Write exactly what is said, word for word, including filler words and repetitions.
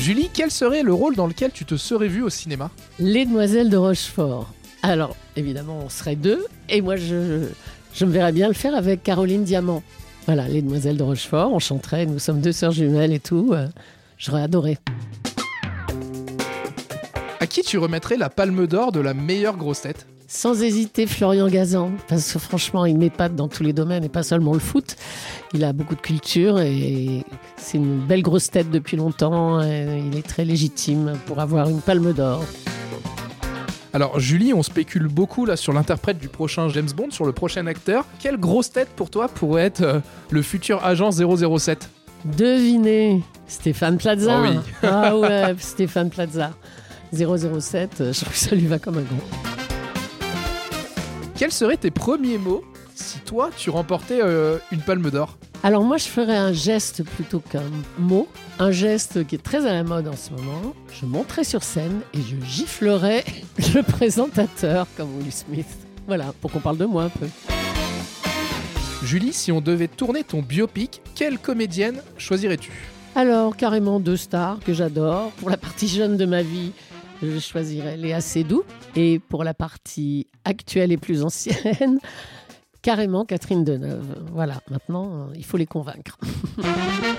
Julie, quel serait le rôle dans lequel tu te serais vue au cinéma ? Les Demoiselles de Rochefort. Alors, évidemment, on serait deux. Et moi, je, je me verrais bien le faire avec Caroline Diamant. Voilà, Les Demoiselles de Rochefort. On chanterait, nous sommes deux sœurs jumelles et tout. Euh, j'aurais adoré. À qui tu remettrais la palme d'or de la meilleure grosse tête ? Sans hésiter, Florian Gazan. Parce que franchement, il m'épate dans tous les domaines et pas seulement le foot. Il a beaucoup de culture et c'est une belle grosse tête depuis longtemps. Et il est très légitime pour avoir une palme d'or. Alors Julie, on spécule beaucoup là sur l'interprète du prochain James Bond, sur le prochain acteur. Quelle grosse tête pour toi pourrait être euh, le futur agent zéro zéro sept ? Devinez, Stéphane Plaza. Oh oui. Ah ouais, Stéphane Plaza. zéro zéro sept, je trouve que ça lui va comme un gant. Quels seraient tes premiers mots si toi tu remportais euh, une palme d'or ? Alors moi, je ferais un geste plutôt qu'un mot. Un geste qui est très à la mode en ce moment. Je monterais sur scène et je giflerais le présentateur comme Will Smith. Voilà, pour qu'on parle de moi un peu. Julie, si on devait tourner ton biopic, quelle comédienne choisirais-tu ? Alors, carrément deux stars que j'adore. Pour la partie jeune de ma vie, je choisirais Léa Seydoux. Et pour la partie actuelle et plus ancienne, carrément Catherine Deneuve. Voilà, maintenant, il faut les convaincre.